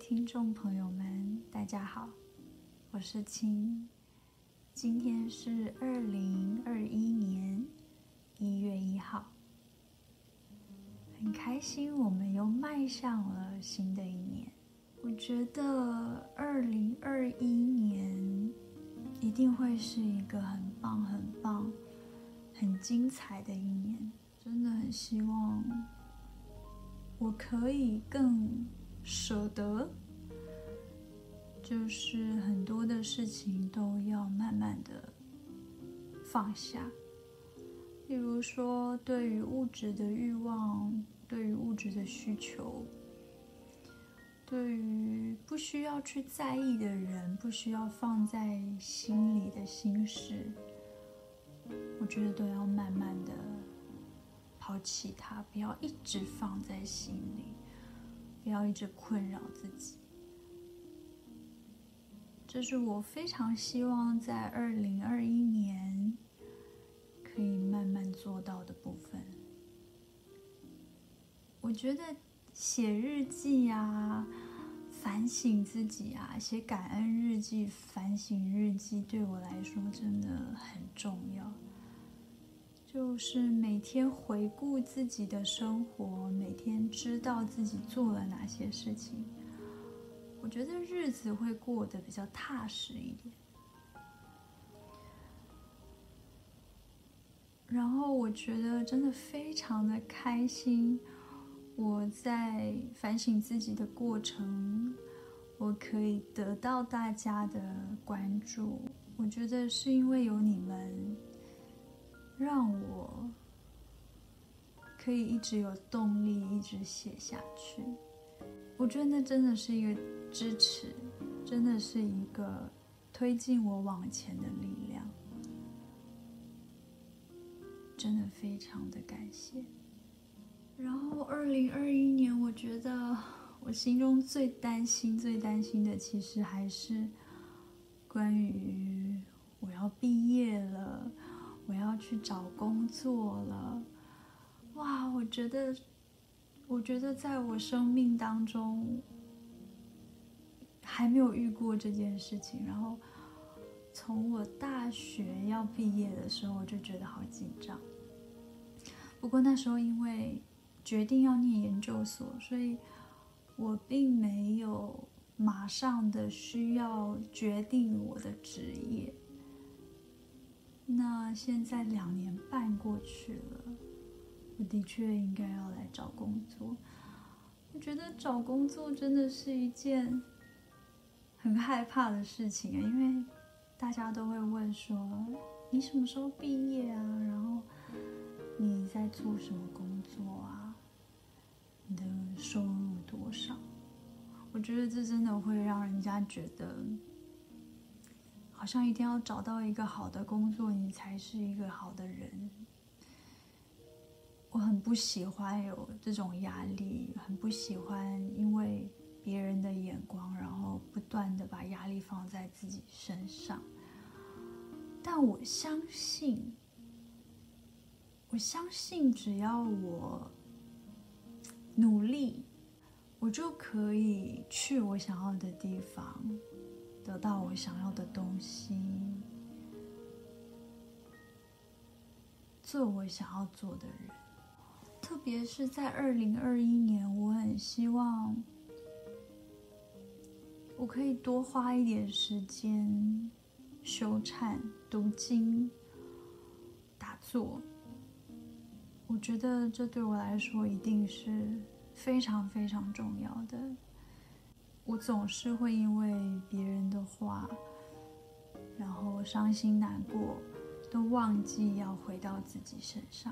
听众朋友们，大家好，我是青。今天是2021年1月1号，很开心我们又迈向了新的一年。我觉得2021年一定会是一个很棒、很精彩的一年。真的很希望我可以更舍得，就是很多的事情都要慢慢的放下。例如说，对于物质的欲望，对于物质的需求，对于不需要去在意的人，不需要放在心里的心事，我觉得都要慢慢的抛弃它，不要一直放在心里，不要一直困扰自己。这是我非常希望在2021年可以慢慢做到的部分。我觉得写日记啊，反省自己啊，写感恩日记、反省日记对我来说真的很重要。就是每天回顾自己的生活，每天知道自己做了哪些事情，我觉得日子会过得比较踏实一点。然后我觉得真的非常的开心，我在反省自己的过程，我可以得到大家的关注。我觉得是因为有你们，让我可以一直有动力，一直写下去。我觉得那真的是一个支持，真的是一个推进我往前的力量。真的非常的感谢。然后2021年，我觉得我心中最担心的，其实还是关于我要毕业了，我要去找工作了。哇，我觉得在我生命当中还没有遇过这件事情。然后从我大学要毕业的时候，我就觉得好紧张。不过那时候因为决定要念研究所，所以我并没有马上的需要决定我的职业。那现在2年半过去了，我的确应该要来找工作。我觉得找工作真的是一件很害怕的事情，因为大家都会问说你什么时候毕业啊，然后你在做什么工作啊，你的收入多少。我觉得这真的会让人家觉得好像一定要找到一个好的工作，你才是一个好的人。我很不喜欢有这种压力，很不喜欢因为别人的眼光，然后不断的把压力放在自己身上。但我相信只要我努力，我就可以去我想要的地方，得到我想要的东西，做我想要做的人。特别是在2021年，我很希望我可以多花一点时间修禅、读经、打坐。我觉得这对我来说一定是非常重要的。我总是会因为别人的话，然后伤心难过，都忘记要回到自己身上。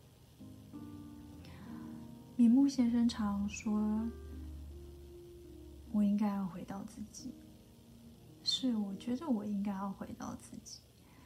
米木先生常说，我应该要回到自己。是，我觉得我应该要回到自己。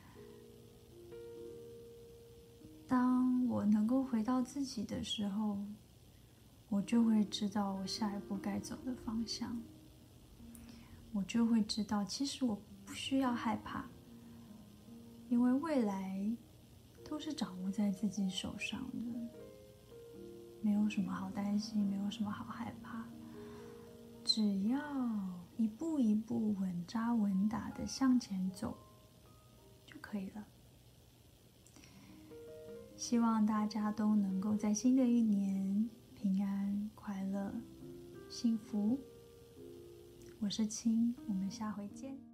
当我能够回到自己的时候，我就会知道我下一步该走的方向。我就会知道，其实我不需要害怕，因为未来都是掌握在自己手上的，没有什么好担心，没有什么好害怕。 只要一步一步稳扎稳打的向前走就可以了。希望大家都能够在新的一年平安、快乐、幸福。我是青，我们下回见。